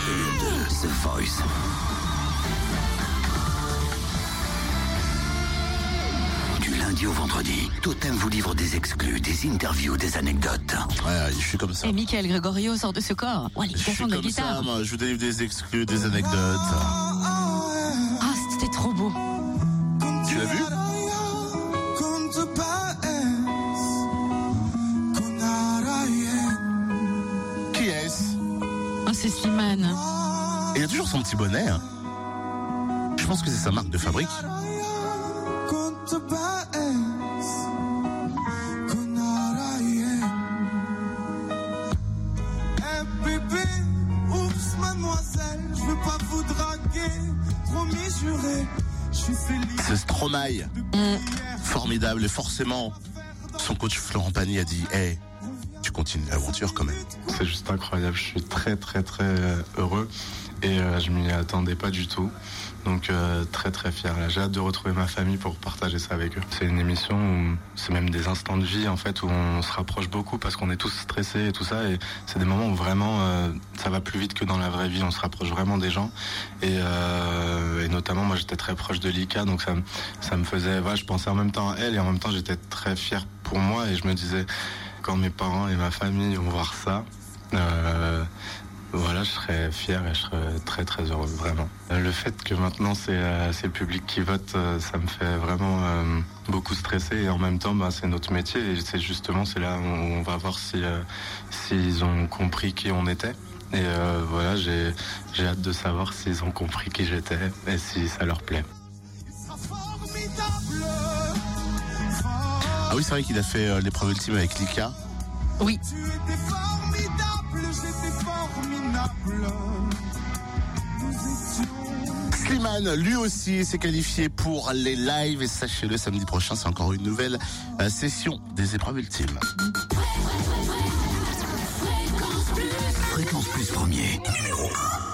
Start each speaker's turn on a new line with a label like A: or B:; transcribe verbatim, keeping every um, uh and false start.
A: de The Voice. Du lundi au vendredi, Totem vous livre des exclus, des interviews, des anecdotes.
B: Ouais, je suis comme ça.
C: Et Michael Gregorio sort de ce corps. Ouais,
B: Je suis
C: de la
B: comme
C: guitare.
B: ça, moi. Je vous délivre des exclus, des anecdotes.
C: Ah, c'était trop beau.
B: Tu l'as vu? Qui est-ce?
C: Oh, c'est Slimane.
B: Et il a toujours son petit bonnet. Hein. Je pense que c'est sa marque de fabrique. C'est Stromae.
C: Mm.
B: Formidable. Et forcément, son coach Florent Pagny a dit hey, tu continues l'aventure quand même.
D: C'est juste incroyable. Je suis très, très, très heureux. Et euh, je m'y attendais pas du tout. Donc euh, très très fier. Là, j'ai hâte de retrouver ma famille pour partager ça avec eux. C'est une émission où c'est même des instants de vie en fait où on se rapproche beaucoup parce qu'on est tous stressés et tout ça. Et c'est des moments où vraiment euh, ça va plus vite que dans la vraie vie. On se rapproche vraiment des gens. Et, euh, et notamment moi j'étais très proche de Lika, donc ça, ça me faisait. Voilà, je pensais en même temps à elle et en même temps j'étais très fier pour moi et je me disais quand mes parents et ma famille vont voir ça. Euh, Voilà, je serais fier et je serais très très heureux, vraiment. Le fait que maintenant c'est, euh, c'est le public qui vote, euh, ça me fait vraiment euh, beaucoup stresser et en même temps bah, c'est notre métier et c'est justement c'est là où on va voir si, euh, s'ils ont compris qui on était. Et euh, voilà, j'ai, j'ai hâte de savoir s'ils ont compris qui j'étais et si ça leur plaît.
B: Ah oui, c'est vrai qu'il a fait euh, l'épreuve ultime avec Lika.
C: Oui.
B: Slimane, lui aussi, s'est qualifié pour les lives et sachez-le, samedi prochain, c'est encore une nouvelle euh, session des épreuves ultimes.
A: Fréquence Plus premier, numéro un.